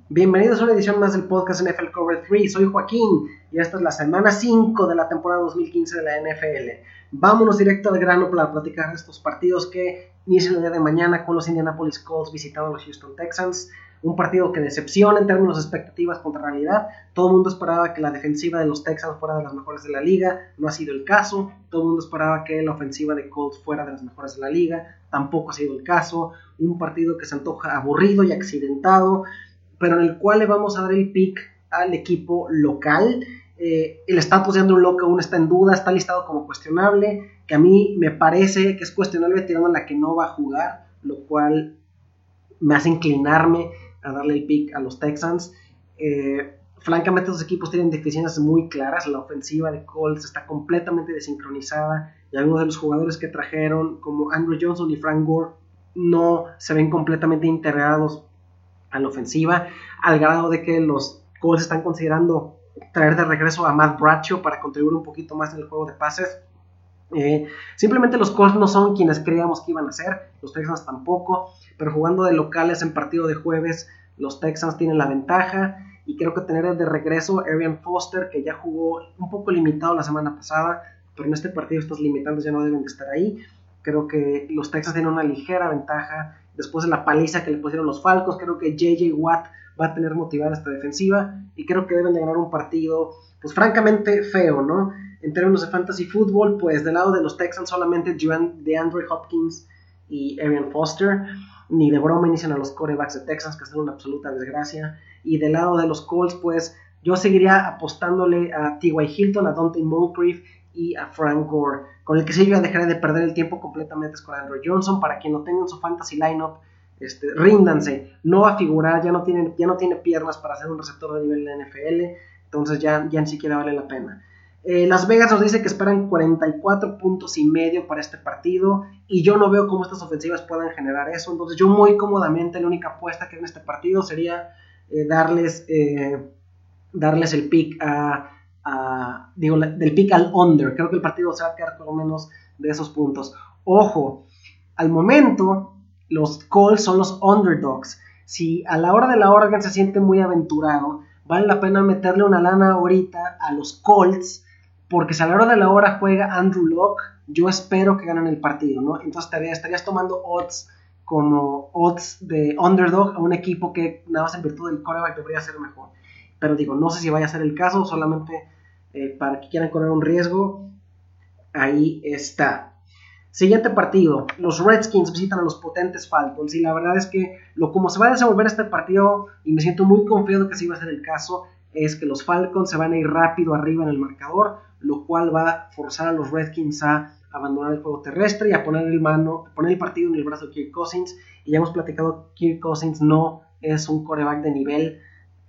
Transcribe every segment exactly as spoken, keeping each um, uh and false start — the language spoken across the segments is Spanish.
Bienvenidos a una edición más del podcast N F L Cover tres. Soy Joaquín y esta es la semana cinco de la temporada dos mil quince de la N F L. Vámonos directo al grano para platicar de estos partidos que inician el día de mañana con los Indianapolis Colts visitando a los Houston Texans. Un partido que decepciona en términos de expectativas contra realidad. Todo el mundo esperaba que la defensiva de los Texans fuera de las mejores de la liga. No ha sido el caso. Todo el mundo esperaba que la ofensiva de Colts fuera de las mejores de la liga. Tampoco ha sido el caso. Un partido que se antoja aburrido y accidentado, pero en el cual le vamos a dar el pick al equipo local. Eh, el estatus de Andrew Luck aún está en duda, está listado como cuestionable, que a mí me parece que es cuestionable tirando a la que no va a jugar, lo cual me hace inclinarme a darle el pick a los Texans. Eh, francamente, estos equipos tienen deficiencias muy claras. La ofensiva de Colts está completamente desincronizada y algunos de los jugadores que trajeron, como Andrew Johnson y Frank Gore, no se ven completamente integrados a la ofensiva, al grado de que los Colts están considerando traer de regreso a Matt Bradshaw para contribuir un poquito más en el juego de pases. Eh, simplemente los Colts no son quienes creíamos que iban a ser, los Texans tampoco, pero jugando de locales en partido de jueves, los Texans tienen la ventaja y creo que tener de regreso a Arian Foster, que ya jugó un poco limitado la semana pasada, pero en este partido estos limitantes ya no deben de estar ahí. Creo que los Texans tienen una ligera ventaja después de la paliza que le pusieron los Falcons. Creo que J J Watt va a tener motivada esta defensiva y creo que deben de ganar un partido, pues francamente feo, ¿no? En términos de fantasy fútbol, pues del lado de los Texans solamente DeAndre Hopkins y Arian Foster, ni de broma inician a los quarterbacks de Texans, que son una absoluta desgracia. Y del lado de los Colts, pues yo seguiría apostándole a T Y Hilton, a Dante Moncrief y a Frank Gore. Con el que sí yo ya dejaré de perder el tiempo completamente es con Andrew Johnson. Para quien lo tenga en su fantasy lineup, este, ríndanse, no va a figurar, ya no tiene, ya no tiene piernas para ser un receptor de nivel de N F L, entonces ya, ya ni siquiera vale la pena. Eh, Las Vegas nos dice que esperan cuarenta y cuatro puntos y medio para este partido, y yo no veo cómo estas ofensivas puedan generar eso. Entonces yo muy cómodamente la única apuesta que en este partido sería eh, darles eh, darles el pick a Uh, digo, del pick al under. Creo que el partido se va a quedar por lo menos de esos puntos. Ojo, al momento los Colts son los underdogs. Si a la hora de la hora alguien se siente muy aventurado, vale la pena meterle una lana ahorita a los Colts, porque si a la hora de la hora juega Andrew Luck, yo espero que ganen el partido, ¿no? Entonces estarías, estarías tomando odds como odds de underdog a un equipo que nada más en virtud del quarterback debería ser mejor. Pero digo, no sé si vaya a ser el caso, solamente eh, para que quieran correr un riesgo, ahí está. Siguiente partido, los Redskins visitan a los potentes Falcons, y la verdad es que lo como se va a desenvolver este partido, y me siento muy confiado que así va a ser el caso, es que los Falcons se van a ir rápido arriba en el marcador, lo cual va a forzar a los Redskins a abandonar el juego terrestre y a poner el, mano, poner el partido en el brazo de Kirk Cousins. Y ya hemos platicado, Kirk Cousins no es un quarterback de nivel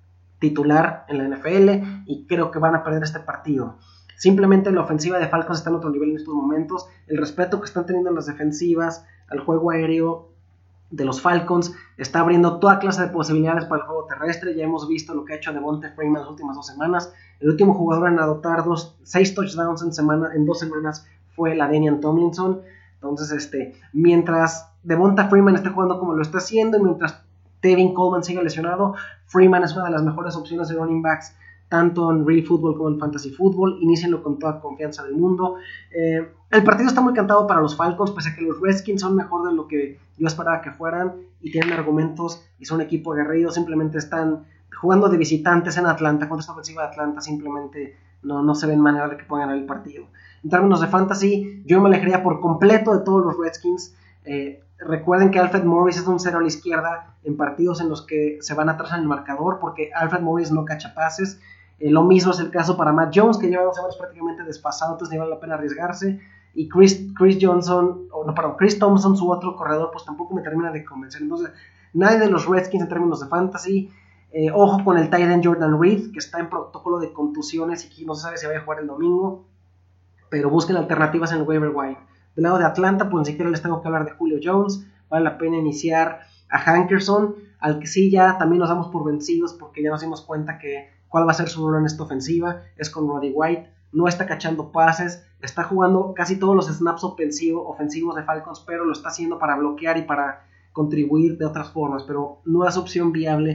titular en la N F L y creo que van a perder este partido. Simplemente la ofensiva de Falcons está en otro nivel en estos momentos. El respeto que están teniendo en las defensivas al juego aéreo de los Falcons está abriendo toda clase de posibilidades para el juego terrestre. Ya hemos visto lo que ha hecho Devonta Freeman las últimas dos semanas. El último jugador en adoptar dos, seis touchdowns en, semana, en dos semanas fue la Danian Tomlinson. Entonces, este, mientras Devonta Freeman esté jugando como lo está haciendo y mientras Tevin Coleman sigue lesionado, Freeman es una de las mejores opciones de running backs, tanto en real football como en fantasy football. Inícienlo con toda confianza del mundo. Eh, el partido está muy cantado para los Falcons, pese a que los Redskins son mejor de lo que yo esperaba que fueran y tienen argumentos y son un equipo aguerrido. Simplemente están jugando de visitantes en Atlanta, contra esta ofensiva de Atlanta simplemente no, no se ven manera de que puedan ganar el partido. En términos de fantasy, yo me alejaría por completo de todos los Redskins. Eh, Recuerden que Alfred Morris es un cero a la izquierda en partidos en los que se van atrás en el marcador, porque Alfred Morris no cacha pases. Eh, lo mismo es el caso para Matt Jones, que lleva dos semanas prácticamente desfasado, entonces no vale la pena arriesgarse. Y Chris, Chris Johnson, o no, perdón, Chris Thompson, su otro corredor, pues tampoco me termina de convencer. Entonces, nadie de los Redskins en términos de fantasy. Eh, ojo con el tight end Jordan Reed, que está en protocolo de contusiones y que no se sabe si va a jugar el domingo, pero busquen alternativas en el waiver wire. Del lado de Atlanta, pues ni siquiera les tengo que hablar de Julio Jones. Vale la pena iniciar a Hankerson, al que sí ya también nos damos por vencidos porque ya nos dimos cuenta que cuál va a ser su rol en esta ofensiva. Es con Roddy White, no está cachando pases, está jugando casi todos los snaps ofensivo, ofensivos de Falcons, pero lo está haciendo para bloquear y para contribuir de otras formas, pero no es opción viable en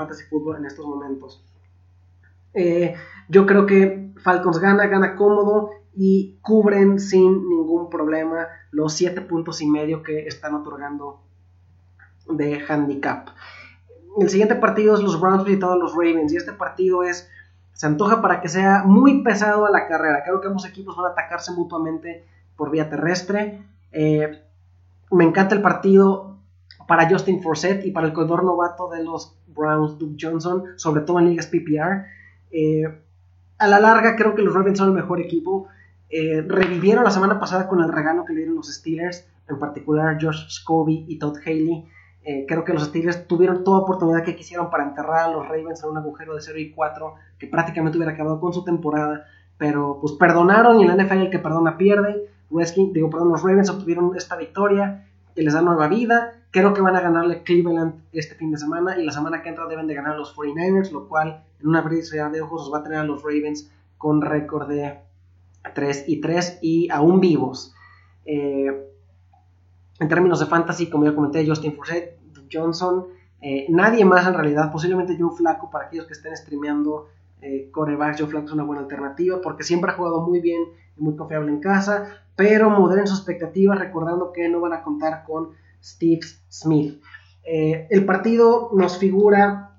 Fantasy Football en estos momentos. Eh, yo creo que Falcons gana, gana cómodo y cubren sin ningún problema los siete puntos y medio que están otorgando de handicap. El siguiente partido es los Browns visitando a los Ravens y este partido es, se antoja para que sea muy pesado a la carrera. Creo que ambos equipos van a atacarse mutuamente por vía terrestre. Eh, me encanta el partido para Justin Forsett y para el corredor novato de los Browns, Duke Johnson, sobre todo en ligas P P R. Eh, a la larga creo que los Ravens son el mejor equipo. Eh, revivieron la semana pasada con el regalo que le dieron los Steelers, en particular Josh Scobie y Todd Haley. Eh, creo que los Steelers tuvieron toda oportunidad que quisieron para enterrar a los Ravens en un agujero de cero y cuatro que prácticamente hubiera acabado con su temporada, pero pues perdonaron y en la N F L el que perdona pierde. Redskins, digo, perdón, los Ravens obtuvieron esta victoria que les da nueva vida. Creo que van a ganarle a Cleveland este fin de semana y la semana que entra deben de ganar a los cuarenta y nueve ers, lo cual en una brisa de ojos los va a tener a los Ravens con récord de tres y tres y aún vivos. Eh, en términos de fantasy, como ya comenté, Justin Forsett, Johnson, eh, nadie más en realidad, posiblemente Joe Flacco para aquellos que estén streameando eh, quarterbacks. Joe Flacco es una buena alternativa porque siempre ha jugado muy bien y muy confiable en casa, pero moderen sus expectativas recordando que no van a contar con Steve Smith. Eh, el partido nos figura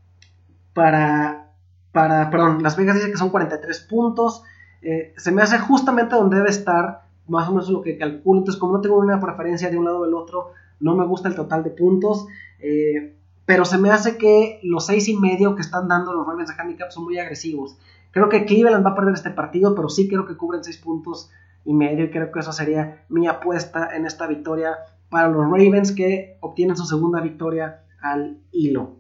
para, para, perdón, Las Vegas dice que son cuarenta y tres puntos, eh, se me hace justamente donde debe estar, más o menos lo que calculo. Entonces, como no tengo una preferencia de un lado o del otro, no me gusta el total de puntos, eh, pero se me hace que los seis y medio que están dando los Ravens de handicap son muy agresivos. Creo que Cleveland va a perder este partido, pero sí creo que cubren seis puntos y medio, y creo que esa sería mi apuesta en esta victoria para los Ravens, que obtienen su segunda victoria al hilo.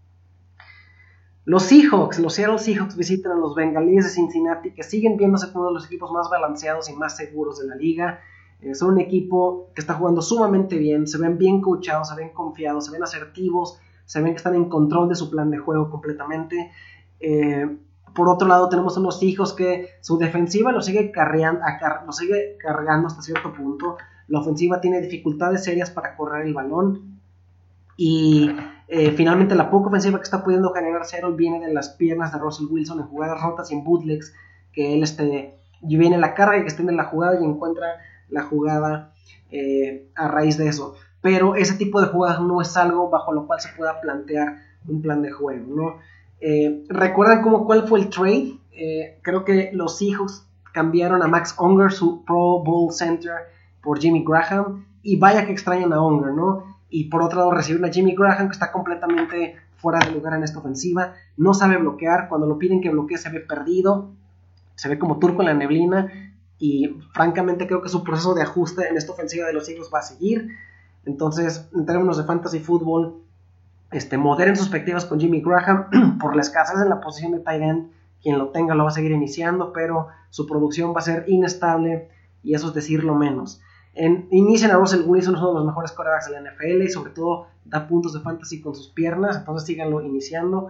Los Seahawks, los Seattle Seahawks visitan a los Bengalíes de Cincinnati, que siguen viéndose como uno de los equipos más balanceados y más seguros de la liga. Eh, son un equipo que está jugando sumamente bien, se ven bien coachados, se ven confiados, se ven asertivos, se ven que están en control de su plan de juego completamente. Eh, por otro lado tenemos unos Seahawks que su defensiva lo sigue, carreando, lo sigue cargando hasta cierto punto. La ofensiva tiene dificultades serias para correr el balón y eh, finalmente la poca ofensiva que está pudiendo generar Seattle viene de las piernas de Russell Wilson en jugadas rotas y en bootlegs, que él este, viene la carga y que extiende la jugada y encuentra la jugada eh, a raíz de eso. Pero ese tipo de jugadas no es algo bajo lo cual se pueda plantear un plan de juego, ¿no? Eh, ¿Recuerdan cómo, cuál fue el trade? Eh, creo que los Seahawks cambiaron a Max Unger, su Pro Bowl center, por Jimmy Graham, y vaya que extrañan a Unger, ¿no? Y por otro lado recibieron a Jimmy Graham, que está completamente fuera de lugar en esta ofensiva, no sabe bloquear, cuando lo piden que bloquee se ve perdido, se ve como turco en la neblina, y francamente creo que su proceso de ajuste en esta ofensiva de los Eagles va a seguir. Entonces, en términos de fantasy fútbol, este, moderen sus expectativas con Jimmy Graham por la escasez en la posición de tight end. Quien lo tenga lo va a seguir iniciando, pero su producción va a ser inestable, y eso es decirlo menos. En, inician a Russell Wilson, es uno de los mejores quarterbacks de la N F L, y sobre todo da puntos de fantasy con sus piernas, entonces síganlo iniciando.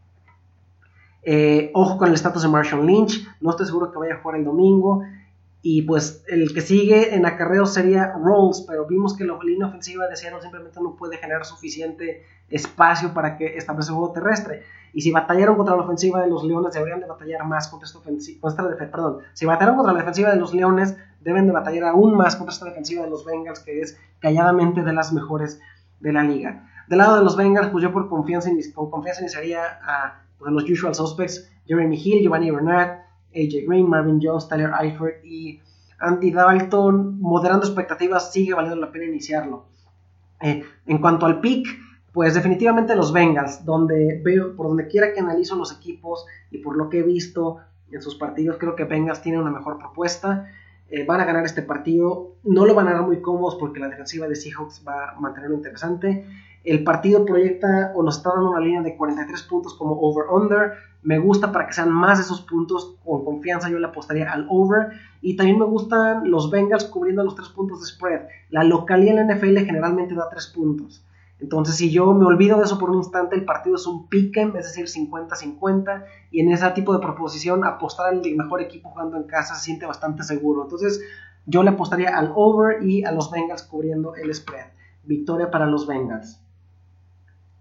Eh, ojo con el estatus de Marshawn Lynch, no estoy seguro que vaya a jugar el domingo. Y pues el que sigue en acarreo sería Rolls, pero vimos que la línea ofensiva de Seattle simplemente no puede generar suficiente espacio para que establezca el juego terrestre. Y si batallaron contra la ofensiva de los Leones, deberían de batallar más contra esta ofensiva. Perdón, si batallaron contra la defensiva de los Leones, deben de batallar aún más contra esta defensiva de los Bengals, que es calladamente de las mejores de la liga. Del lado de los Bengals, pues yo por confianza, con confianza iniciaría a, pues, a los usual suspects: Jeremy Hill, Giovanni Bernard, A J Green, Marvin Jones, Tyler Eifert y Andy Dalton. Moderando expectativas, sigue valiendo la pena iniciarlo. Eh, en cuanto al pick, pues definitivamente los Bengals, donde veo, por donde quiera que analizo los equipos y por lo que he visto en sus partidos, creo que Bengals tiene una mejor propuesta. Eh, van a ganar este partido, no lo van a ganar muy cómodos porque la defensiva de Seahawks va a mantenerlo interesante. El partido proyecta o nos está dando una línea de cuarenta y tres puntos como over-under. Me gusta para que sean más de esos puntos. Con confianza yo le apostaría al over. Y también me gustan los Bengals cubriendo los tres puntos de spread. La localía en la N F L generalmente da tres puntos. Entonces, si yo me olvido de eso por un instante, el partido es un pick-em, es decir, cincuenta cincuenta. Y en ese tipo de proposición, apostar al mejor equipo jugando en casa se siente bastante seguro. Entonces, yo le apostaría al over y a los Bengals cubriendo el spread. Victoria para los Bengals.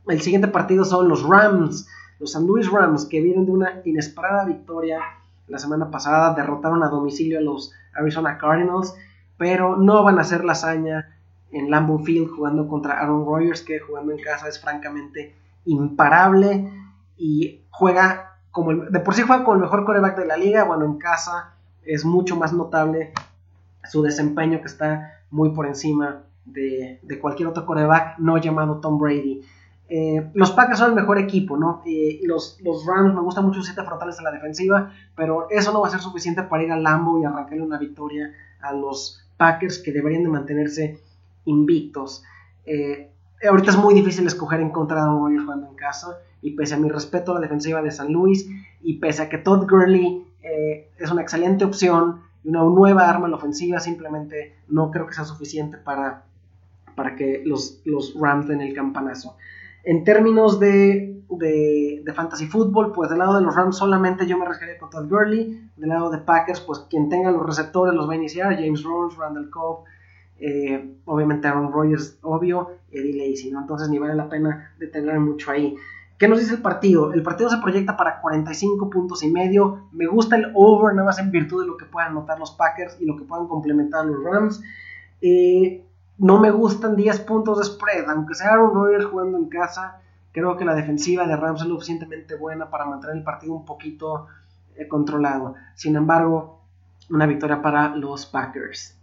El siguiente partido son los Rams, los San Luis Rams, que vienen de una inesperada victoria la semana pasada, derrotaron a domicilio a los Arizona Cardinals, pero no van a hacer la hazaña en Lambeau Field jugando contra Aaron Rodgers, que jugando en casa es francamente imparable y juega como el, de por sí juega como el mejor quarterback de la liga. Bueno, en casa es mucho más notable su desempeño, que está muy por encima de, de cualquier otro quarterback no llamado Tom Brady. Eh, los Packers son el mejor equipo, ¿no? Eh, los, los Rams, me gustan mucho sus siete frontales en la defensiva, pero eso no va a ser suficiente para ir al Lambeau y arrancarle una victoria a los Packers, que deberían de mantenerse invictos. Eh, ahorita es muy difícil escoger en contra de Aaron Rodgers jugando en casa, y pese a mi respeto a la defensiva de San Luis, y pese a que Todd Gurley eh, es una excelente opción y una nueva arma en la ofensiva, simplemente no creo que sea suficiente para, para que los, los Rams den el campanazo. En términos de, de, de fantasy fútbol, pues del lado de los Rams solamente yo me arriesgaría con Todd Gurley. Del lado de Packers, pues quien tenga los receptores los va a iniciar: James Rhodes, Randall Cobb, eh, obviamente Aaron Rodgers, obvio, Eddie Lacy, ¿no? Entonces ni vale la pena detenerme mucho ahí. ¿Qué nos dice el partido? El partido se proyecta para cuarenta y cinco puntos y medio. Me gusta el over, nada más en virtud de lo que puedan anotar los Packers y lo que puedan complementar los Rams. Eh... No me gustan diez puntos de spread, aunque sea Aaron Rodgers jugando en casa. Creo que la defensiva de Rams es lo suficientemente buena para mantener el partido un poquito eh, controlado. Sin embargo, una victoria para los Packers.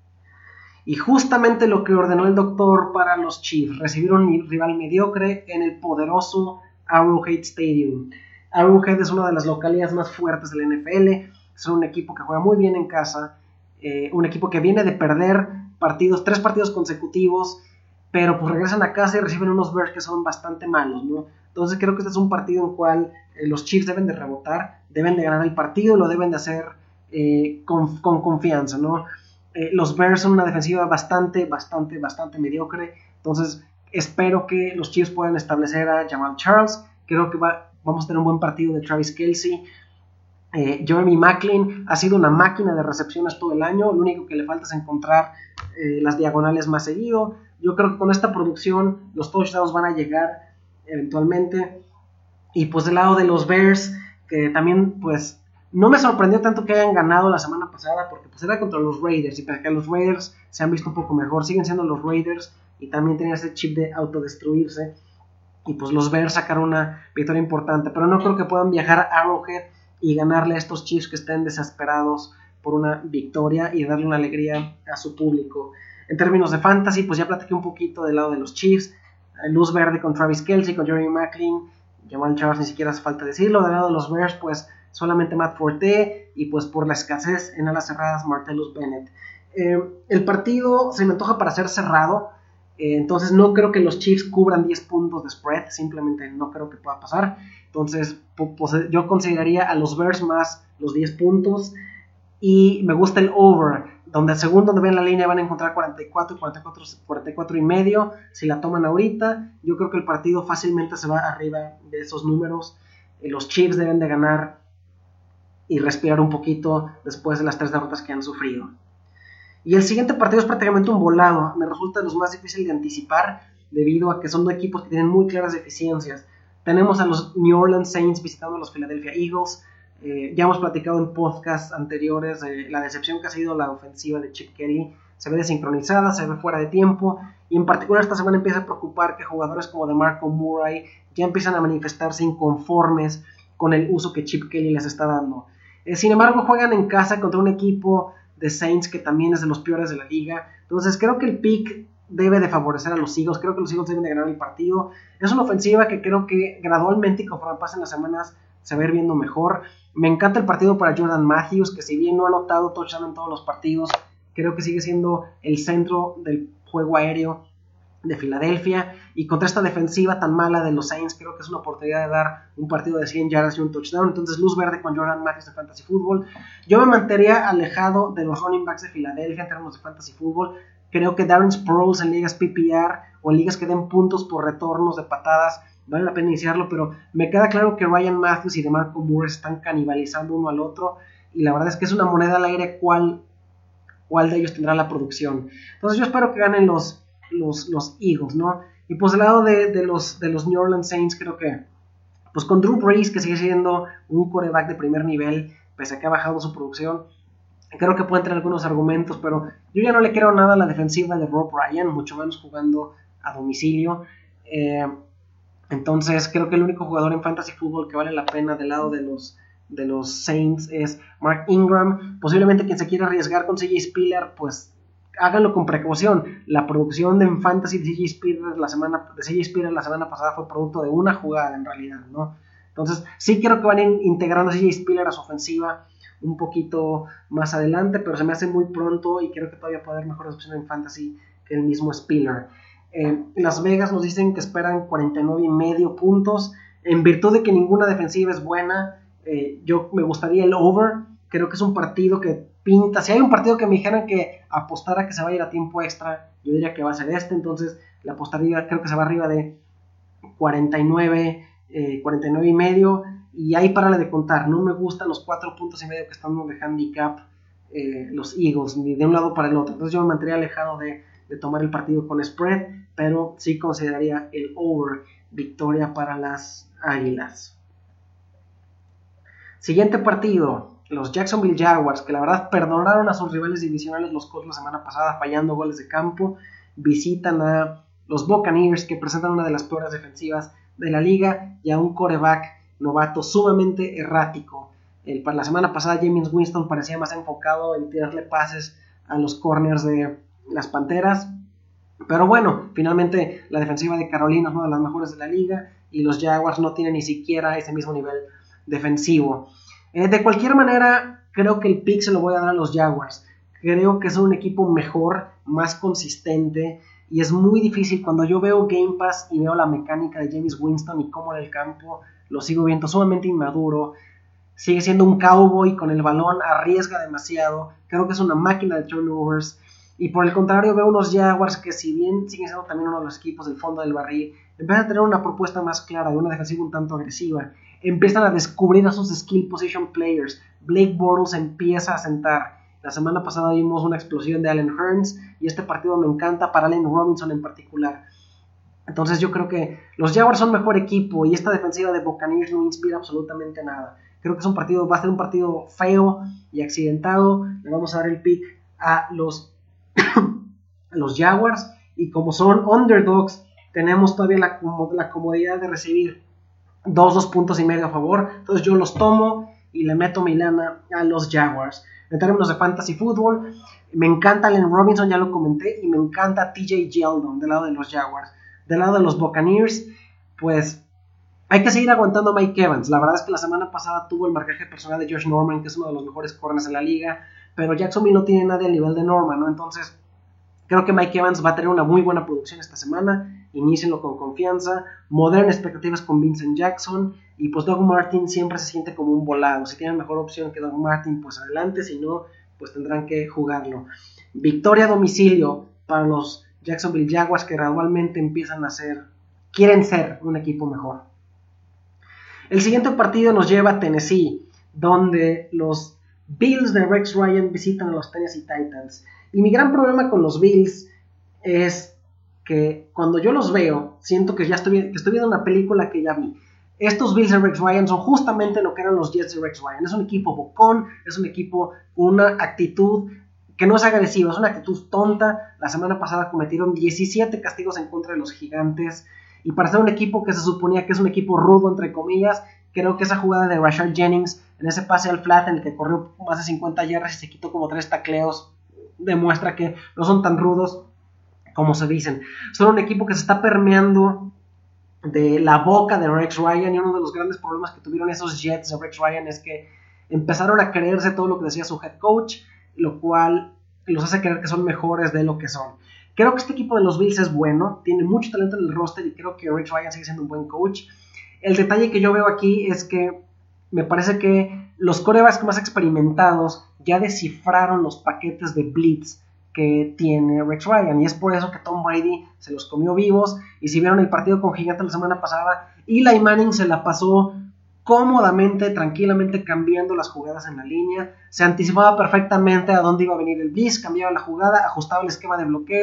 Y justamente lo que ordenó el doctor para los Chiefs: recibir un rival mediocre en el poderoso Arrowhead Stadium. Arrowhead es una de las localidades más fuertes de la N F L. Es un equipo que juega muy bien en casa, eh, un equipo que viene de perder partidos, tres partidos consecutivos, pero pues regresan a casa y reciben unos Bears que son bastante malos, ¿no? Entonces creo que este es un partido en el cual eh, los Chiefs deben de rebotar, deben de ganar el partido, lo deben de hacer eh, con, con confianza, ¿no? Eh, los Bears son una defensiva bastante, bastante, bastante mediocre, entonces espero que los Chiefs puedan establecer a Jamal Charles. Creo que va, vamos a tener un buen partido de Travis Kelce. Eh, Jeremy Maclin ha sido una máquina de recepciones todo el año, lo único que le falta es encontrar eh, las diagonales más seguido. Yo creo que con esta producción los touchdowns van a llegar eventualmente. Y pues del lado de los Bears, que también pues no me sorprendió tanto que hayan ganado la semana pasada, porque pues era contra los Raiders, y para que los Raiders se han visto un poco mejor, siguen siendo los Raiders y también tienen ese chip de autodestruirse, y pues los Bears sacaron una victoria importante, pero no creo que puedan viajar a Arrowhead y ganarle a estos Chiefs que estén desesperados por una victoria y darle una alegría a su público. En términos de fantasy, pues ya platiqué un poquito del lado de los Chiefs. Luz verde con Travis Kelce, con Jeremy Maclin, Jamal Charles ni siquiera hace falta decirlo. Del lado de los Bears, pues solamente Matt Forte, y pues por la escasez en alas cerradas, Martellus Bennett. Eh, el partido se me antoja para ser cerrado, eh, entonces no creo que los Chiefs cubran diez puntos de spread, simplemente no creo que pueda pasar. Entonces pues, yo consideraría a los Bears más los diez puntos, y me gusta el over, donde según donde ven la línea van a encontrar cuarenta y cuatro, cuarenta y cuatro, cuarenta y cuatro y medio. Si la toman ahorita, yo creo que el partido fácilmente se va arriba de esos números. Los Chiefs deben de ganar y respirar un poquito después de las tres derrotas que han sufrido. Y el siguiente partido es prácticamente un volado, me resulta de los más difíciles de anticipar, debido a que son dos equipos que tienen muy claras deficiencias. Tenemos a los New Orleans Saints visitando a los Philadelphia Eagles. Eh, ya hemos platicado en podcasts anteriores de la decepción que ha sido la ofensiva de Chip Kelly. Se ve desincronizada, se ve fuera de tiempo, y en particular esta semana empieza a preocupar que jugadores como DeMarco Murray ya empiezan a manifestarse inconformes con el uso que Chip Kelly les está dando. Eh, sin embargo, juegan en casa contra un equipo de Saints que también es de los peores de la liga, entonces creo que el pick debe de favorecer a los Eagles. Creo que los Eagles deben de ganar el partido. Es una ofensiva que creo que gradualmente y conforme pasen las semanas se va a ir viendo mejor. Me encanta el partido para Jordan Matthews, que si bien no ha anotado touchdown en todos los partidos, creo que sigue siendo el centro del juego aéreo de Filadelfia, y contra esta defensiva tan mala de los Saints, creo que es una oportunidad de dar un partido de cien yardas y un touchdown. Entonces luz verde con Jordan Matthews de Fantasy Football. Yo me mantendría alejado de los running backs de Filadelfia en términos de Fantasy Football. Creo que Darren Sproles en ligas P P R o en ligas que den puntos por retornos de patadas vale la pena iniciarlo, pero me queda claro que Ryan Matthews y DeMarco Murray están canibalizando uno al otro, y la verdad es que es una moneda al aire cuál, cuál de ellos tendrá la producción. Entonces yo espero que ganen los, los, los Eagles, ¿no? Y pues del lado de, de, los, de los New Orleans Saints, creo que pues con Drew Brees, que sigue siendo un quarterback de primer nivel, pese a que ha bajado su producción, creo que pueden tener algunos argumentos, pero yo ya no le quiero nada a la defensiva de Rob Ryan, mucho menos jugando a domicilio. Eh, entonces creo que el único jugador en fantasy fútbol que vale la pena del lado de los, de los Saints es Mark Ingram. Posiblemente quien se quiera arriesgar con C J Spiller, pues háganlo con precaución. La producción de fantasy de C J Spiller la semana, de C J Spiller la semana pasada fue producto de una jugada en realidad, ¿no? Entonces sí creo que van integrando a C J Spiller a su ofensiva un poquito más adelante, pero se me hace muy pronto y creo que todavía puede haber mejores opciones en fantasy que el mismo Spiller. Eh, Las Vegas nos dicen que esperan cuarenta y nueve y medio puntos, en virtud de que ninguna defensiva es buena. Eh, yo me gustaría el over, creo que es un partido que pinta, si hay un partido que me dijeran que apostara que se va a ir a tiempo extra, yo diría que va a ser este, entonces la apostaría, creo que se va arriba de cuarenta y nueve, eh, cuarenta y nueve y medio, y ahí para de contar. No me gustan los cuatro puntos y medio que están de handicap eh, los Eagles, ni de un lado para el otro, entonces yo me mantendría alejado de, de tomar el partido con spread, pero sí consideraría el over, victoria para las Águilas. Siguiente partido, los Jacksonville Jaguars, que la verdad perdonaron a sus rivales divisionales los Colts la semana pasada fallando goles de campo, visitan a los Buccaneers, que presentan una de las peores defensivas de la liga, y a un quarterback novato sumamente errático. El, para la semana pasada Jameis Winston parecía más enfocado en tirarle pases a los corners de las Panteras, pero bueno, finalmente la defensiva de Carolina es una de las mejores de la liga y los Jaguars no tienen ni siquiera ese mismo nivel defensivo. Eh, de cualquier manera, creo que el pick se lo voy a dar a los Jaguars. Creo que son un equipo mejor, más consistente, y es muy difícil cuando yo veo Game Pass y veo la mecánica de Jameis Winston y cómo en el campo lo sigo viendo sumamente inmaduro. Sigue siendo un cowboy con el balón, arriesga demasiado, creo que es una máquina de turnovers. Y por el contrario veo unos Jaguars que, si bien siguen siendo también uno de los equipos del fondo del barril, empiezan a tener una propuesta más clara de una defensiva un tanto agresiva, empiezan a descubrir a sus skill position players. Blake Bortles empieza a sentar. La semana pasada vimos una explosión de Allen Hurns, y este partido me encanta para Allen Robinson en particular. Entonces yo creo que los Jaguars son mejor equipo y esta defensiva de Buccaneers no inspira absolutamente nada. Creo que es un partido, va a ser un partido feo y accidentado. Le vamos a dar el pick a los, a los Jaguars, y como son underdogs, tenemos todavía la, la comodidad de recibir dos, dos puntos y medio a favor. Entonces yo los tomo y le meto mi lana a los Jaguars. En términos de fantasy fútbol, me encanta Allen Robinson, ya lo comenté, y me encanta T J Yeldon del lado de los Jaguars. Del lado de los Buccaneers, pues hay que seguir aguantando a Mike Evans. La verdad es que la semana pasada tuvo el marcaje personal de Josh Norman, que es uno de los mejores corners en la liga, pero Jacksonville no tiene nadie al nivel de Norman, ¿no? Entonces creo que Mike Evans va a tener una muy buena producción esta semana. Inícienlo con confianza, moderen expectativas con Vincent Jackson, y pues Doug Martin siempre se siente como un volado. Si tienen mejor opción que Doug Martin, pues adelante, si no, pues tendrán que jugarlo. Victoria a domicilio para los Jacksonville Jaguars, que gradualmente empiezan a ser, quieren ser un equipo mejor. El siguiente partido nos lleva a Tennessee, donde los Bills de Rex Ryan visitan a los Tennessee Titans. Y mi gran problema con los Bills es que cuando yo los veo, siento que ya estoy, que estoy viendo una película que ya vi. Estos Bills de Rex Ryan son justamente lo que eran los Jets de Rex Ryan. Es un equipo bocón, es un equipo con una actitud que no es agresiva, es una actitud tonta. La semana pasada cometieron diecisiete castigos en contra de los Gigantes, y para ser un equipo que se suponía que es un equipo rudo, entre comillas, creo que esa jugada de Rashard Jennings, en ese pase al flat en el que corrió más de cincuenta yardas y se quitó como tres tacleos, demuestra que no son tan rudos como se dicen. Son un equipo que se está permeando de la boca de Rex Ryan, y uno de los grandes problemas que tuvieron esos Jets de Rex Ryan es que empezaron a creerse todo lo que decía su head coach, lo cual los hace creer que son mejores de lo que son. Creo que este equipo de los Bills es bueno, tiene mucho talento en el roster, y creo que Rex Ryan sigue siendo un buen coach. El detalle que yo veo aquí es que me parece que los quarterbacks más experimentados ya descifraron los paquetes de blitz que tiene Rex Ryan, y es por eso que Tom Brady se los comió vivos. Y si vieron el partido con Gigantes la semana pasada, Eli Manning se la pasó cómodamente, tranquilamente cambiando las jugadas en la línea, se anticipaba perfectamente a dónde iba a venir el blitz, cambiaba la jugada, ajustaba el esquema de bloqueos,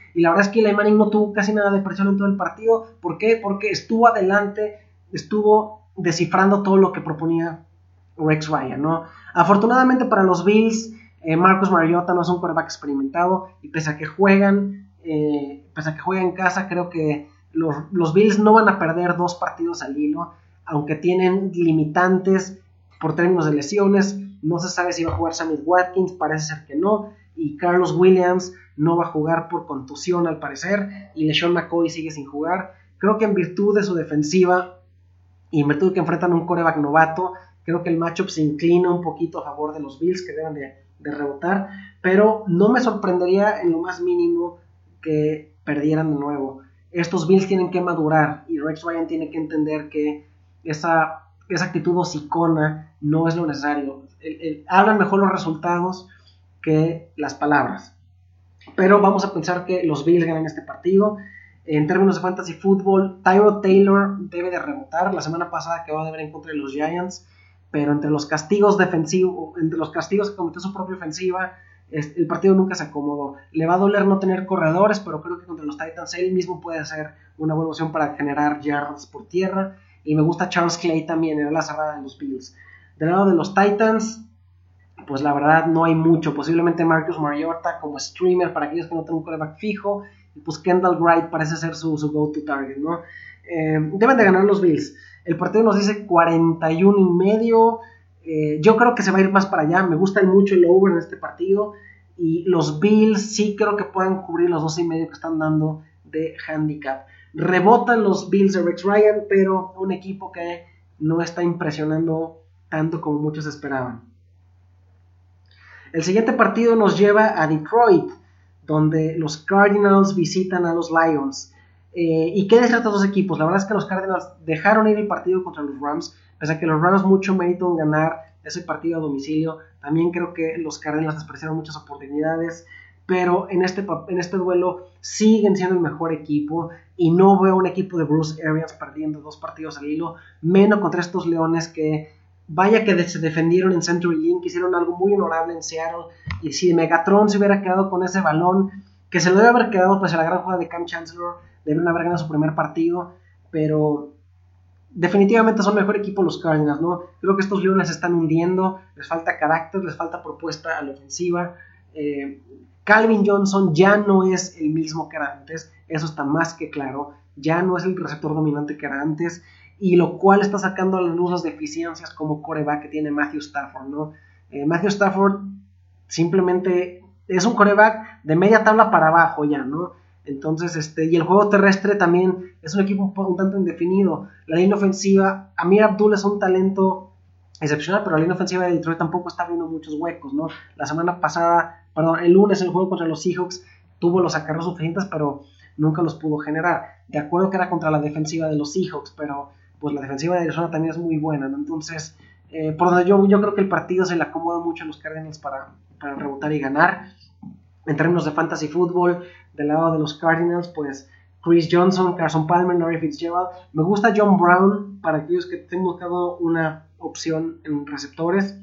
y la verdad es que Eli Manning no tuvo casi nada de presión en todo el partido. ¿Por qué? Porque estuvo adelante, estuvo descifrando todo lo que proponía Rex Ryan, ¿no? Afortunadamente para los Bills, eh, Marcus Mariota no es un quarterback experimentado, y pese a que juegan, eh, pese a que juegan en casa, creo que los, los Bills no van a perder dos partidos al hilo, aunque tienen limitantes por términos de lesiones. No se sabe si va a jugar Sammy Watkins, parece ser que no, y Carlos Williams no va a jugar por contusión al parecer, y LeSean McCoy sigue sin jugar. Creo que en virtud de su defensiva y en virtud de que enfrentan un quarterback novato, creo que el matchup se inclina un poquito a favor de los Bills, que deben de, de rebotar, pero no me sorprendería en lo más mínimo que perdieran de nuevo. Estos Bills tienen que madurar, y Rex Ryan tiene que entender que esa, esa actitud hocicona no es lo necesario. El, el, hablan mejor los resultados que las palabras. Pero vamos a pensar que los Bills ganan este partido. En términos de fantasy fútbol, Tyrod Taylor debe de rebotar. La semana pasada quedó de ver en contra de los Giants, pero entre los castigos defensivos, entre los castigos que cometió su propia ofensiva, el partido nunca se acomodó. Le va a doler no tener corredores, pero creo que contra los Titans él mismo puede ser una buena opción para generar yardas por tierra. Y me gusta Charles Clay también, era la cerrada de los Bills. Del lado de los Titans, pues la verdad no hay mucho. Posiblemente Marcus Mariota como streamer para aquellos que no tienen un quarterback fijo, y pues Kendall Wright parece ser su, su go-to target, ¿no? Eh, deben de ganar los Bills. El partido nos dice cuarenta y uno y medio. Eh, yo creo que se va a ir más para allá. Me gusta mucho el over en este partido, y los Bills sí creo que pueden cubrir los dos y medio que están dando de handicap. Rebotan los Bills de Rex Ryan, pero un equipo que no está impresionando tanto como muchos esperaban. El siguiente partido nos lleva a Detroit, donde los Cardinals visitan a los Lions. Eh, ¿Y qué decir de estos dos equipos? La verdad es que los Cardinals dejaron ir el partido contra los Rams, pese a que los Rams mucho mérito en ganar ese partido a domicilio. También creo que los Cardinals despreciaron muchas oportunidades, pero en este, en este duelo siguen siendo el mejor equipo, y no veo un equipo de Bruce Arians perdiendo dos partidos al hilo, menos contra estos Leones que vaya que se defendieron en Century Link, hicieron algo muy honorable en Seattle, y si Megatron se hubiera quedado con ese balón, que se lo debe haber quedado pues a la gran jugada de Cam Chancellor, deben haber ganado su primer partido, pero definitivamente son mejor equipo los Cardinals, ¿no? Creo que estos Leones se están hundiendo, les falta carácter, les falta propuesta a la ofensiva. eh, Calvin Johnson ya no es el mismo que era antes, eso está más que claro, ya no es el receptor dominante que era antes, y lo cual está sacando a la luz las deficiencias como quarterback que tiene Matthew Stafford, ¿no? Eh, Matthew Stafford simplemente es un quarterback de media tabla para abajo ya, ¿no? Entonces, este, y el juego terrestre también es un equipo un, un tanto indefinido. La línea ofensiva, Amir Abdul es un talento excepcional, pero la línea ofensiva de Detroit tampoco está abriendo muchos huecos, ¿no? La semana pasada, perdón, el lunes en el juego contra los Seahawks tuvo los acarreos suficientes, pero nunca los pudo generar. De acuerdo que era contra la defensiva de los Seahawks, pero pues la defensiva de Arizona también es muy buena, ¿no? Entonces, eh, por donde yo, yo creo que el partido se le acomoda mucho a los Cardinals para, para rebotar y ganar. En términos de fantasy fútbol, del lado de los Cardinals, pues Chris Johnson, Carson Palmer, Larry Fitzgerald. Me gusta John Brown para aquellos que estén buscando una opción en receptores.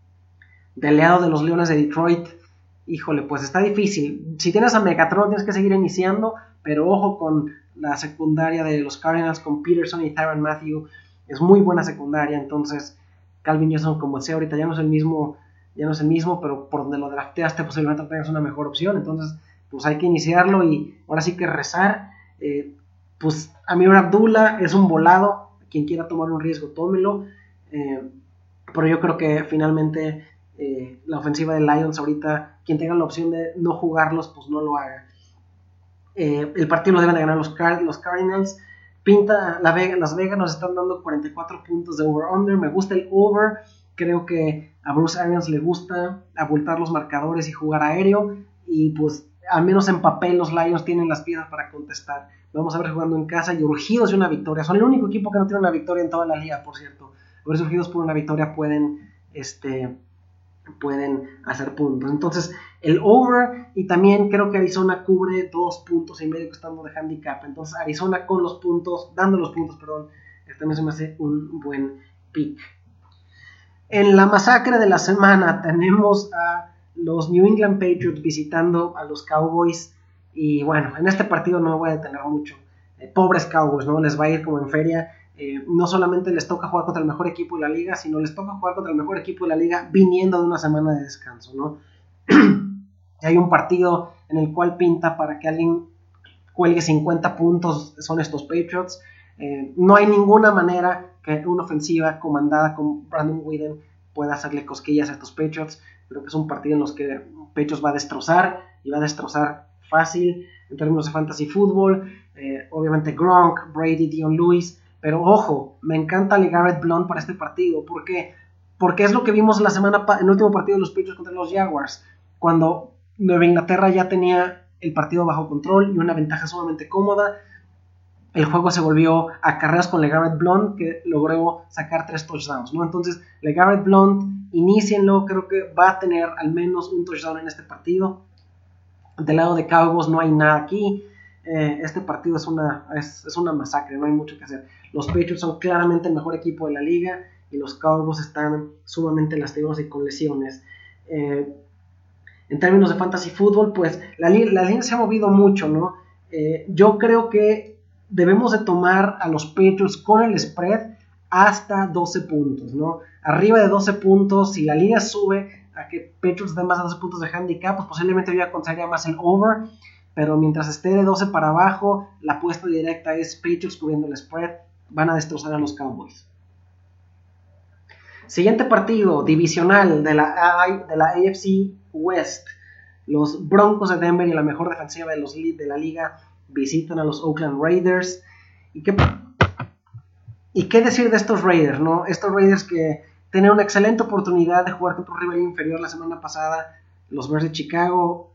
Del lado de los Leones de Detroit, híjole, pues está difícil. Si tienes a Megatron tienes que seguir iniciando, pero ojo con la secundaria de los Cardinals con Peterson y Tyrann Mathieu. Es muy buena secundaria, entonces Calvin Johnson, como decía ahorita, ya no es el mismo, ya no es el mismo, pero por donde lo drafteaste posiblemente tengas una mejor opción, entonces pues hay que iniciarlo y ahora sí que rezar. Eh, pues Amir Abdullah es un volado, quien quiera tomar un riesgo, tómelo, eh, pero yo creo que finalmente eh, la ofensiva de Lions ahorita, quien tenga la opción de no jugarlos, pues no lo haga. Eh, el partido lo deben de ganar los, Card- los Cardinals. Pinta la Vega, Las Vegas nos están dando cuarenta y cuatro puntos de over-under. Me gusta el over. Creo que a Bruce Arians le gusta abultar los marcadores y jugar aéreo. Y pues al menos en papel los Lions tienen las piezas para contestar. Vamos a ver jugando en casa y urgidos de una victoria. Son el único equipo que no tiene una victoria en toda la liga, por cierto. Por eso urgidos por una victoria pueden este pueden hacer puntos. Entonces el over, y también creo que Arizona cubre dos puntos y medio que están de handicap. Entonces Arizona con los puntos, dando los puntos, perdón, también se me hace un buen pick. En la masacre de la semana tenemos a los New England Patriots visitando a los Cowboys. Y bueno, en este partido no me voy a detener mucho. Eh, pobres Cowboys, ¿no? Les va a ir como en feria. Eh, no solamente les toca jugar contra el mejor equipo de la liga, sino les toca jugar contra el mejor equipo de la liga viniendo de una semana de descanso, ¿no? Hay un partido en el cual pinta para que alguien cuelgue cincuenta puntos, son estos Patriots. Eh, no hay ninguna manera que una ofensiva comandada con Brandon Whedon pueda hacerle cosquillas a estos Patriots. Creo que es un partido en los que Patriots va a destrozar y va a destrozar fácil en términos de fantasy fútbol. Eh, obviamente Gronk, Brady, Dion Lewis, pero ojo, me encanta LeGarrette Blount para este partido. ¿Por qué? Porque es lo que vimos la semana pa- en el último partido de los Patriots contra los Jaguars, cuando Nueva Inglaterra ya tenía el partido bajo control y una ventaja sumamente cómoda. El juego se volvió a carreras con LeGarrette Blount, que logró sacar tres touchdowns, ¿no? Entonces, LeGarrette Blount, inícienlo, creo que va a tener al menos un touchdown en este partido. Del lado de Cowboys no hay nada aquí. Eh, este partido es una, es, es una masacre, no hay mucho que hacer. Los Patriots son claramente el mejor equipo de la liga y los Cowboys están sumamente lastimados y con lesiones. Eh, en términos de fantasy fútbol, pues la, la línea se ha movido mucho, ¿no? Eh, yo creo que debemos de tomar a los Patriots con el spread hasta doce puntos, ¿no? Arriba de doce puntos, si la línea sube a que Patriots den más de doce puntos de handicap, pues posiblemente yo aconsejaría más el over, pero mientras esté de doce para abajo, la apuesta directa es Patriots cubriendo el spread, van a destrozar a los Cowboys. Siguiente partido divisional de la, de la A F C West. Los Broncos de Denver y la mejor defensiva de, los, de la liga visitan a los Oakland Raiders. ¿Y qué, ¿Y qué decir de estos Raiders, no? Estos Raiders que tenían una excelente oportunidad de jugar contra un rival inferior la semana pasada, los Bears de Chicago,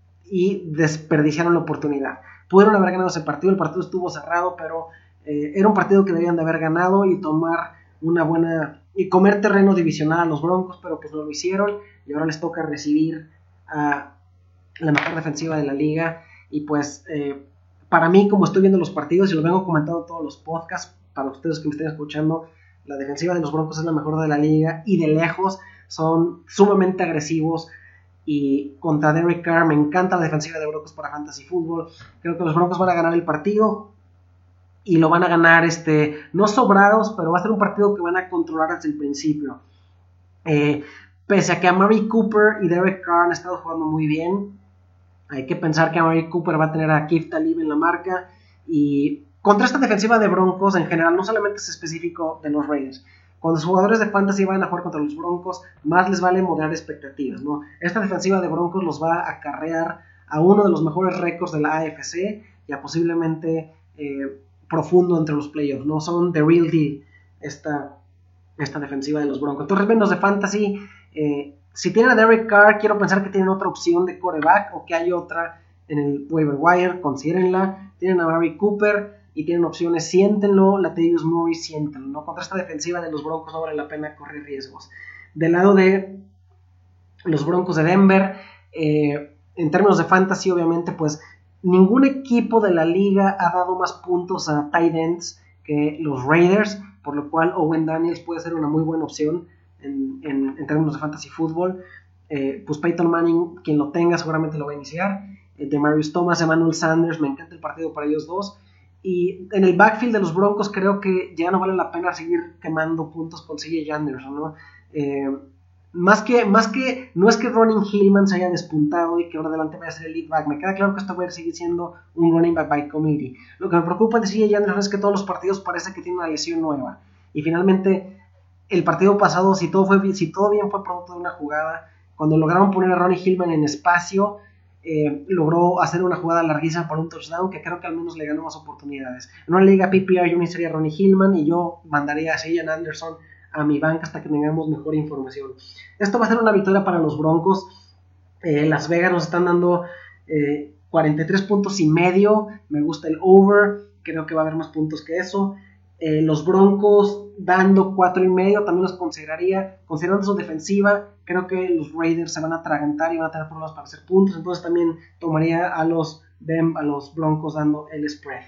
y desperdiciaron la oportunidad. Pudieron haber ganado ese partido, el partido estuvo cerrado, pero eh, era un partido que debían de haber ganado y tomar una buena... y comer terreno divisional a los Broncos, pero pues no lo hicieron, y ahora les toca recibir a la mejor defensiva de la liga. Y pues eh, para mí, como estoy viendo los partidos y lo vengo comentando en todos los podcasts, para ustedes que me estén escuchando, la defensiva de los Broncos es la mejor de la liga y de lejos, son sumamente agresivos. Y contra Derek Carr me encanta la defensiva de Broncos para Fantasy Football. Creo que los Broncos van a ganar el partido y lo van a ganar este, no sobrados, pero va a ser un partido que van a controlar desde el principio. Eh, pese a que Amari Cooper y Derek Carr han estado jugando muy bien, hay que pensar que Amari Cooper va a tener a Keith Talib en la marca. Y contra esta defensiva de Broncos en general, no solamente es específico de los Raiders, cuando los jugadores de fantasy van a jugar contra los Broncos, más les vale moderar expectativas, ¿no? Esta defensiva de Broncos los va a acarrear a uno de los mejores récords de la A F C y a posiblemente eh, profundo entre los playoffs, ¿no? Son the real deal esta, esta defensiva de los Broncos. Entonces, menos de fantasy, eh, si tienen a Derek Carr, quiero pensar que tienen otra opción de quarterback o que hay otra en el waiver wire, considérenla. Tienen a Amari Cooper y tienen opciones, siéntenlo. Latavius Murray, siéntenlo, ¿no? Contra esta defensiva de los Broncos no vale la pena correr riesgos. Del lado de los Broncos de Denver, eh, en términos de fantasy, obviamente, pues ningún equipo de la liga ha dado más puntos a tight ends que los Raiders, por lo cual Owen Daniels puede ser una muy buena opción en, en, en términos de fantasy fútbol. Eh, pues Peyton Manning, quien lo tenga, seguramente lo va a iniciar. Eh, Demaryius Thomas, Emmanuel Sanders, me encanta el partido para ellos dos. Y en el backfield de los Broncos creo que ya no vale la pena seguir quemando puntos con C J Anderson, ¿no? Eh, más que, más que, no es que Ronnie Hillman se haya despuntado y que ahora adelante vaya a ser el lead back, me queda claro que esto va a seguir siendo un running back by committee. Lo que me preocupa de C J Anderson es que todos los partidos parece que tiene una lesión nueva, y finalmente el partido pasado, si todo, fue, si todo bien fue producto de una jugada, cuando lograron poner a Ronnie Hillman en espacio, eh, logró hacer una jugada larguísima por un touchdown que creo que al menos le ganó más oportunidades. En una liga P P R yo iniciaría a Ronnie Hillman y yo mandaría a C J Anderson a mi banca hasta que tengamos mejor información. Esto va a ser una victoria para los Broncos. eh, Las Vegas nos están dando eh, cuarenta y tres puntos y medio, me gusta el over, creo que va a haber más puntos que eso. Eh, los Broncos dando cuatro y medio también los consideraría, considerando su defensiva. Creo que los Raiders se van a atragantar y van a tener problemas para hacer puntos, entonces también tomaría a los, a los Broncos dando el spread.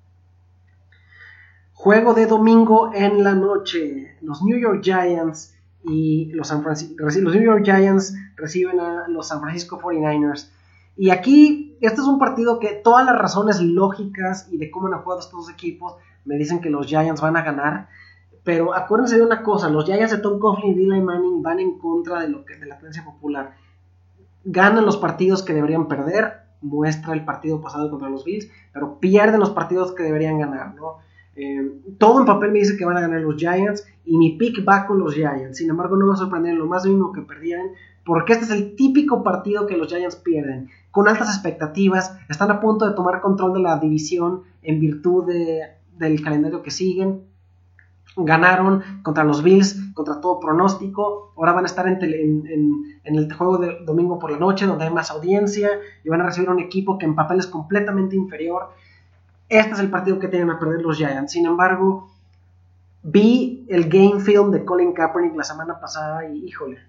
Juego de domingo en la noche, los New York Giants y los San Francisco, los New York Giants reciben a los San Francisco cuarenta y nueve ers. Y aquí este es un partido que todas las razones lógicas y de cómo han jugado estos dos equipos me dicen que los Giants van a ganar. Pero acuérdense de una cosa, los Giants de Tom Coughlin y Eli Manning van en contra de, lo que, de la tendencia popular. Ganan los partidos que deberían perder, muestra el partido pasado contra los Bills, pero pierden los partidos que deberían ganar, ¿no? Eh, todo en papel me dice que van a ganar los Giants y mi pick va con los Giants. Sin embargo, no me va a sorprender en lo más mínimo que perdieran, porque este es el típico partido que los Giants pierden, con altas expectativas, están a punto de tomar control de la división en virtud de, del calendario que siguen. Ganaron contra los Bills, contra todo pronóstico. Ahora van a estar en, tele, en, en, en el juego de domingo por la noche, donde hay más audiencia, y van a recibir un equipo que en papel es completamente inferior. Este es el partido que tienen a perder los Giants. Sin embargo, vi el game film de Colin Kaepernick la semana pasada y, híjole,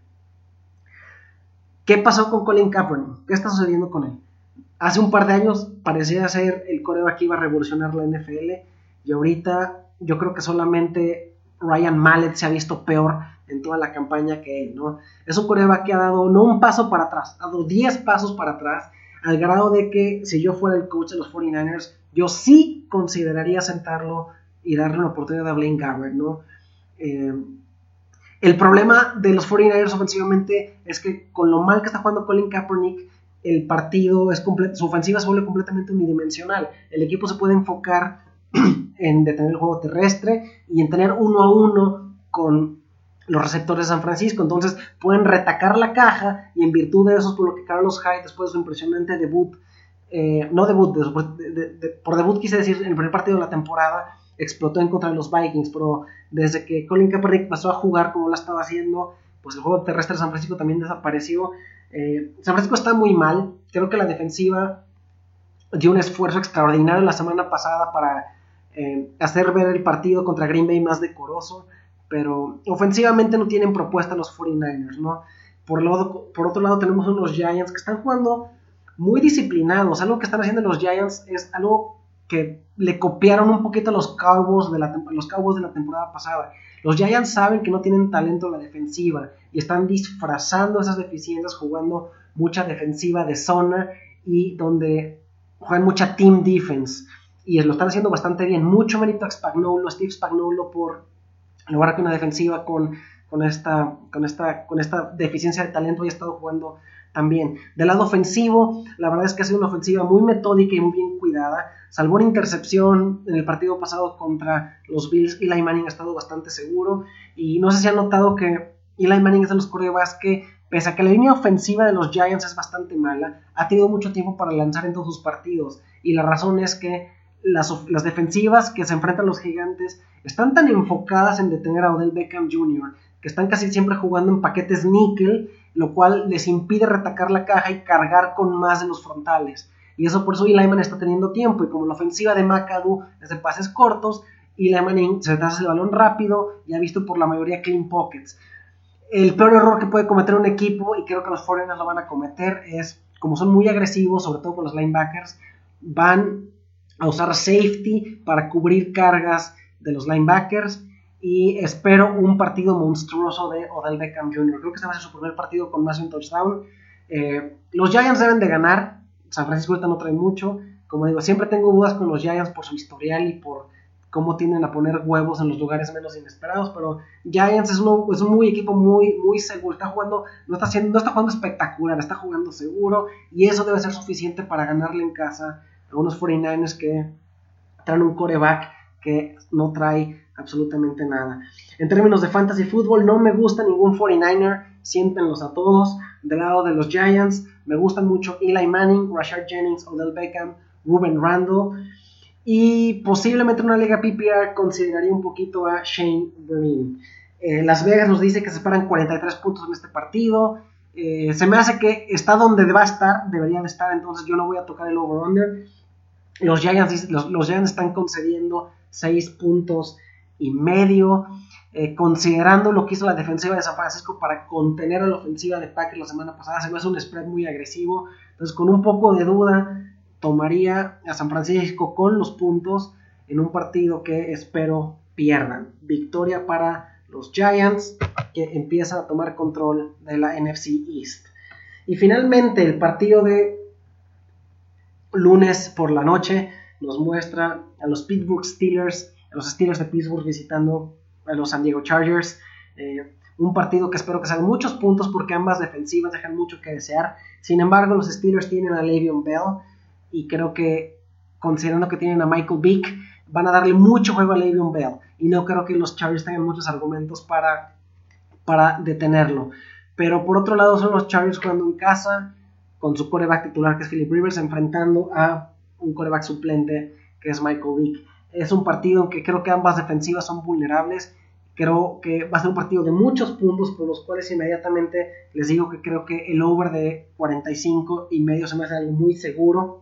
¿qué pasó con Colin Kaepernick? ¿Qué está sucediendo con él? Hace un par de años parecía ser el quarterback que iba a revolucionar la N F L, y ahorita yo creo que solamente Ryan Mallett se ha visto peor en toda la campaña que él, ¿no? Es un quarterback que ha dado no un paso para atrás, ha dado diez pasos para atrás, al grado de que si yo fuera el coach de los cuarenta y nueve ers, yo sí consideraría sentarlo y darle una oportunidad a Blaine Gabbert, ¿no? Eh, el problema de los cuarenta y nueve ers ofensivamente es que con lo mal que está jugando Colin Kaepernick, el partido es completo, su ofensiva se vuelve completamente unidimensional. El equipo se puede enfocar en detener el juego terrestre y en tener uno a uno con los receptores de San Francisco. Entonces pueden retacar la caja, y en virtud de eso, por lo que Carlos Hyde, después de su impresionante debut, eh, no debut, de, de, de, por debut quise decir, en el primer partido de la temporada, explotó en contra de los Vikings, pero desde que Colin Kaepernick pasó a jugar como lo estaba haciendo, pues el juego terrestre de San Francisco también desapareció. eh, San Francisco está muy mal. Creo que la defensiva dio un esfuerzo extraordinario la semana pasada para eh, hacer ver el partido contra Green Bay más decoroso, pero ofensivamente no tienen propuesta los cuarenta y nueve ers, ¿no? Por, lado, por otro lado tenemos unos Giants que están jugando muy disciplinados. Algo que están haciendo los Giants es algo que le copiaron un poquito a los Cowboys de la, los Cowboys de la temporada pasada. Los Giants saben que no tienen talento en la defensiva y están disfrazando esas deficiencias jugando mucha defensiva de zona y donde juegan mucha team defense, y lo están haciendo bastante bien. Mucho mérito a Spagnuolo, Steve Spagnuolo, por lograr que una defensiva con, con, esta, con, esta, con esta deficiencia de talento haya estado jugando también. Del lado ofensivo, la verdad es que ha sido una ofensiva muy metódica y muy bien cuidada. Salvo una intercepción en el partido pasado contra los Bills, Eli Manning ha estado bastante seguro, y no sé si han notado que Eli Manning es de los quarterbacks que, pese a que la línea ofensiva de los Giants es bastante mala, ha tenido mucho tiempo para lanzar en todos sus partidos, y la razón es que las, las defensivas que se enfrentan a los Gigantes están tan enfocadas en detener a Odell Beckham junior que están casi siempre jugando en paquetes níquel, lo cual les impide retacar la caja y cargar con más de los frontales, y eso por eso Eli Manning está teniendo tiempo, y como la ofensiva de McAdoo es de pases cortos, Eli Manning se hace el balón rápido y ha visto por la mayoría clean pockets. El peor error que puede cometer un equipo, y creo que los cuarenta y nueve ers lo van a cometer, es, como son muy agresivos, sobre todo con los linebackers, van a usar safety para cubrir cargas de los linebackers, y espero un partido monstruoso de Odell Beckham junior Creo que este va a ser su primer partido con más de un touchdown. Eh, los Giants deben de ganar. San Francisco ahorita no trae mucho. Como digo, siempre tengo dudas con los Giants por su historial y por cómo tienden a poner huevos en los lugares menos inesperados, pero Giants es, uno, es un muy equipo muy, muy seguro. Está jugando, no está, haciendo, no está jugando espectacular, está jugando seguro, y eso debe ser suficiente para ganarle en casa a unos cuarenta y nueve ers que traen un quarterback que no trae absolutamente nada. En términos de fantasy fútbol, no me gusta ningún cuarenta y nueve er, siéntenlos a todos. Del lado de los Giants, me gustan mucho Eli Manning, Rashard Jennings, Odell Beckham, Ruben Randall, y posiblemente en una liga P P R consideraría un poquito a Shane Vereen. Eh, Las Vegas nos dice que se paran cuarenta y tres puntos en este partido. Eh, se me hace que está donde va a estar, debería de estar, entonces yo no voy a tocar el over-under. Los Giants, los, los Giants están concediendo seis puntos y medio. Eh, considerando lo que hizo la defensiva de San Francisco para contener a la ofensiva de Packers la semana pasada, se me hace un spread muy agresivo. Entonces, con un poco de duda, tomaría a San Francisco con los puntos en un partido que espero pierdan. Victoria para los Giants, que empiezan a tomar control de la N F C East. Y finalmente el partido de lunes por la noche nos muestra a los Pittsburgh Steelers, a los Steelers de Pittsburgh visitando a los San Diego Chargers. Eh, un partido que espero que sean muchos puntos porque ambas defensivas dejan mucho que desear. Sin embargo, los Steelers tienen a Le'Veon Bell y creo que, considerando que tienen a Michael Vick, van a darle mucho juego a Le'Veon Bell y no creo que los Chargers tengan muchos argumentos para, para detenerlo. Pero por otro lado son los Chargers jugando en casa con su quarterback titular que es Philip Rivers enfrentando a un quarterback suplente que es Michael Vick. Es un partido en que creo que ambas defensivas son vulnerables. Creo que va a ser un partido de muchos puntos, por los cuales inmediatamente les digo que creo que el over de cuarenta y cinco y medio se me hace algo muy seguro.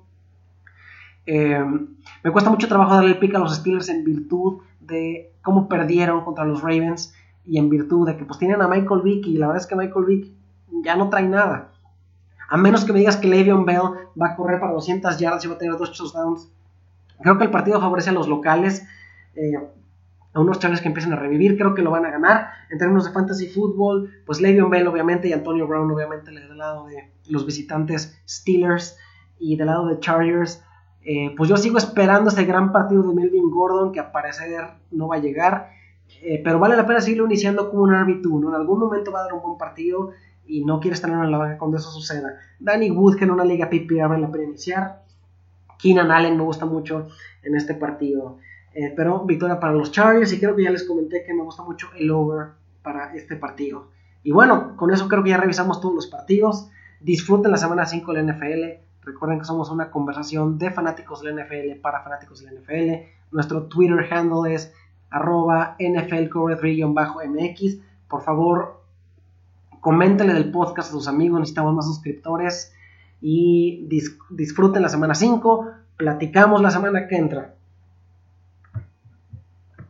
Eh, me cuesta mucho trabajo darle el pick a los Steelers en virtud de cómo perdieron contra los Ravens y en virtud de que pues tienen a Michael Vick y la verdad es que Michael Vick ya no trae nada. A menos que me digas que Le'Veon Bell va a correr para doscientas yardas y va a tener dos touchdowns. Creo que el partido favorece a los locales. Eh, a unos Chargers que empiezan a revivir, creo que lo van a ganar. En términos de fantasy fútbol, pues Le'Veon Bell obviamente y Antonio Brown obviamente del lado de los visitantes Steelers y del lado de Chargers, eh, pues yo sigo esperando ese gran partido de Melvin Gordon que al parecer no va a llegar, eh, pero vale la pena seguirlo iniciando como un R B dos, ¿no? En algún momento va a dar un buen partido y no quieres tenerlo en la banca cuando eso suceda. Danny Wood, que en una liga P P R vale la pena iniciar. Keenan Allen me gusta mucho en este partido. Eh, pero victoria para los Chargers y creo que ya les comenté que me gusta mucho el over para este partido. Y bueno, con eso creo que ya revisamos todos los partidos. Disfruten la semana cinco de la N F L. Recuerden que somos una conversación de fanáticos de la N F L para fanáticos de la N F L. Nuestro Twitter handle es arroba N F L Cover tres M X. Por favor, coméntenle del podcast a sus amigos, necesitamos más suscriptores. Y dis- disfruten la semana cinco. Platicamos la semana que entra.